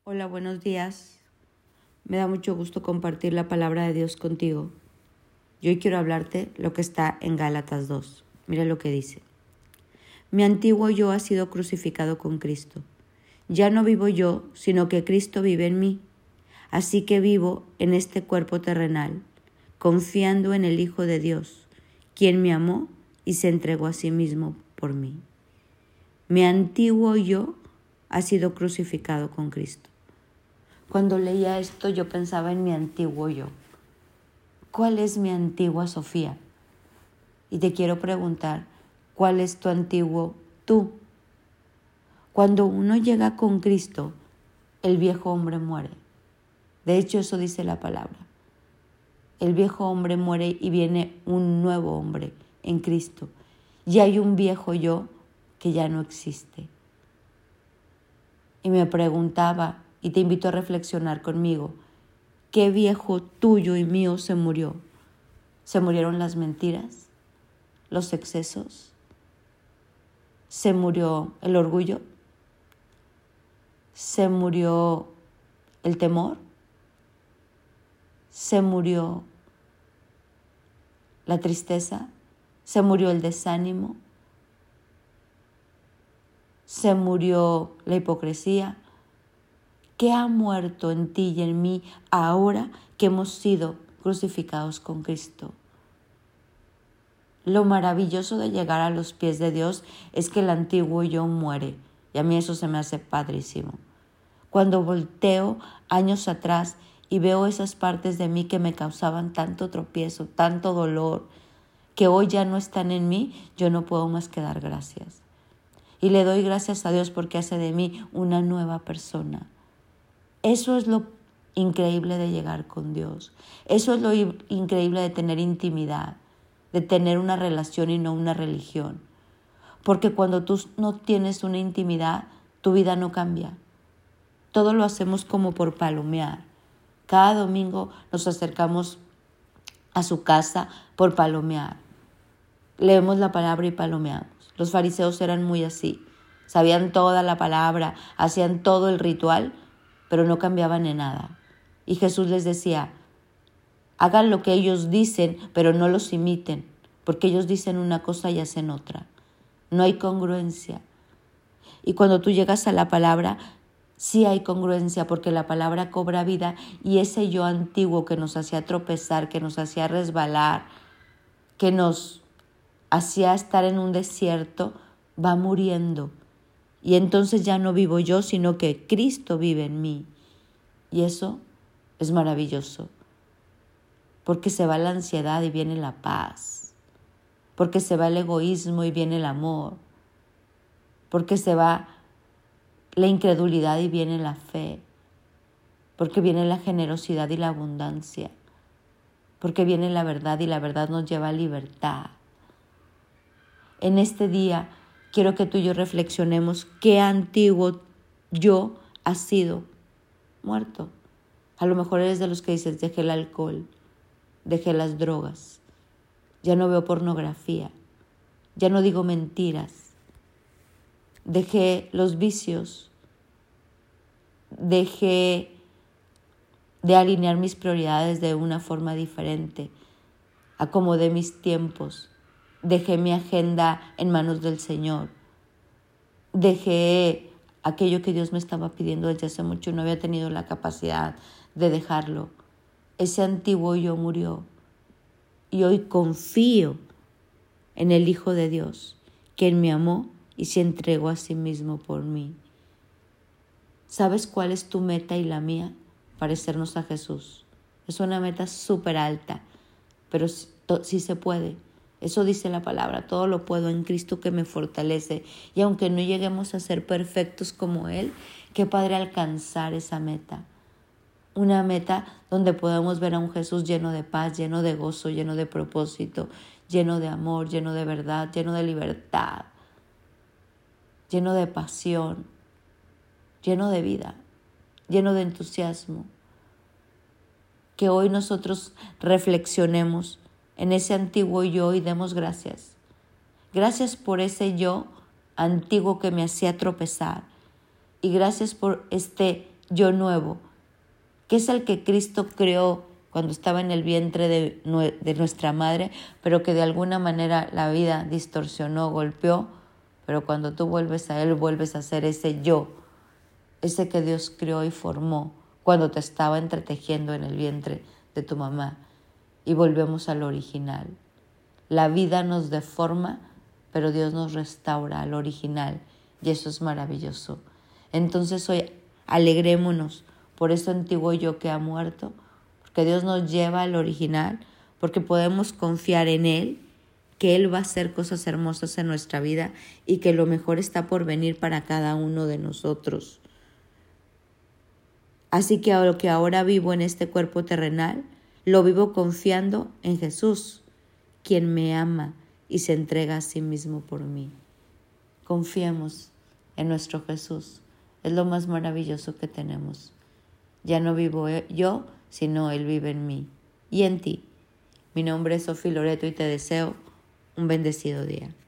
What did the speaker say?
Hola, buenos días. Me da mucho gusto compartir la palabra de Dios contigo. Yo hoy quiero hablarte lo que está en Gálatas 2. Mira lo que dice. Mi antiguo yo ha sido crucificado con Cristo. Ya no vivo yo, sino que Cristo vive en mí. Así que vivo en este cuerpo terrenal, confiando en el Hijo de Dios, quien me amó y se entregó a sí mismo por mí. Mi antiguo yo ha sido crucificado con Cristo. Cuando leía esto yo pensaba en mi antiguo yo. ¿Cuál es mi antigua Sofía? Y te quiero preguntar, ¿cuál es tu antiguo tú? Cuando uno llega con Cristo, el viejo hombre muere. De hecho, eso dice la palabra. El viejo hombre muere y viene un nuevo hombre en Cristo. Y hay un viejo yo que ya no existe. Y me preguntaba, y te invito a reflexionar conmigo, ¿qué viejo tuyo y mío se murió? ¿Se murieron las mentiras? ¿Los excesos? ¿Se murió el orgullo? ¿Se murió el temor? ¿Se murió la tristeza? ¿Se murió el desánimo? ¿Se murió la hipocresía? ¿Qué ha muerto en ti y en mí ahora que hemos sido crucificados con Cristo? Lo maravilloso de llegar a los pies de Dios es que el antiguo yo muere, y a mí eso se me hace padrísimo. Cuando volteo años atrás y veo esas partes de mí que me causaban tanto tropiezo, tanto dolor, que hoy ya no están en mí, yo no puedo más que dar gracias. Y le doy gracias a Dios porque hace de mí una nueva persona. Eso es lo increíble de llegar con Dios. Eso es lo increíble de tener intimidad, de tener una relación y no una religión. Porque cuando tú no tienes una intimidad, tu vida no cambia. Todo lo hacemos como por palomear. Cada domingo nos acercamos a su casa por palomear. Leemos la palabra y palomeamos. Los fariseos eran muy así. Sabían toda la palabra, hacían todo el ritual, pero no cambiaban en nada. Y Jesús les decía, hagan lo que ellos dicen, pero no los imiten, porque ellos dicen una cosa y hacen otra. No hay congruencia. Y cuando tú llegas a la palabra, sí hay congruencia, porque la palabra cobra vida y ese yo antiguo que nos hacía tropezar, que nos hacía resbalar, que nos hacía estar en un desierto, va muriendo. Y entonces ya no vivo yo, sino que Cristo vive en mí. Y eso es maravilloso. Porque se va la ansiedad y viene la paz. Porque se va el egoísmo y viene el amor. Porque se va la incredulidad y viene la fe. Porque viene la generosidad y la abundancia. Porque viene la verdad y la verdad nos lleva a libertad. En este día quiero que tú y yo reflexionemos qué antiguo yo ha sido muerto. A lo mejor eres de los que dices, dejé el alcohol, dejé las drogas, ya no veo pornografía, ya no digo mentiras, dejé los vicios, dejé de alinear mis prioridades de una forma diferente, acomodé mis tiempos, dejé mi agenda en manos del Señor, dejé aquello que Dios me estaba pidiendo desde hace mucho y no había tenido la capacidad de dejarlo. Ese antiguo yo murió y hoy confío en el Hijo de Dios, quien me amó y se entregó a sí mismo por mí. ¿Sabes cuál es tu meta y la mía? Parecernos a Jesús. Es una meta súper alta, pero sí se puede. Eso dice la palabra, todo lo puedo en Cristo que me fortalece. Y aunque no lleguemos a ser perfectos como Él, qué padre alcanzar esa meta. Una meta donde podamos ver a un Jesús lleno de paz, lleno de gozo, lleno de propósito, lleno de amor, lleno de verdad, lleno de libertad, lleno de pasión, lleno de vida, lleno de entusiasmo. Que hoy nosotros reflexionemos en ese antiguo yo y demos gracias. Gracias por ese yo antiguo que me hacía tropezar. Y gracias por este yo nuevo, que es el que Cristo creó cuando estaba en el vientre de nuestra madre, pero que de alguna manera la vida distorsionó, golpeó, pero cuando tú vuelves a Él, vuelves a ser ese yo, ese que Dios creó y formó cuando te estaba entretejiendo en el vientre de tu mamá. Y volvemos al original. La vida nos deforma, pero Dios nos restaura al original, y eso es maravilloso. Entonces hoy alegrémonos por ese antiguo yo que ha muerto, porque Dios nos lleva al original, porque podemos confiar en Él, que Él va a hacer cosas hermosas en nuestra vida y que lo mejor está por venir para cada uno de nosotros. Así que a lo que ahora vivo en este cuerpo terrenal, lo vivo confiando en Jesús, quien me ama y se entrega a sí mismo por mí. Confiemos en nuestro Jesús. Es lo más maravilloso que tenemos. Ya no vivo yo, sino Él vive en mí y en ti. Mi nombre es Sofi Loreto y te deseo un bendecido día.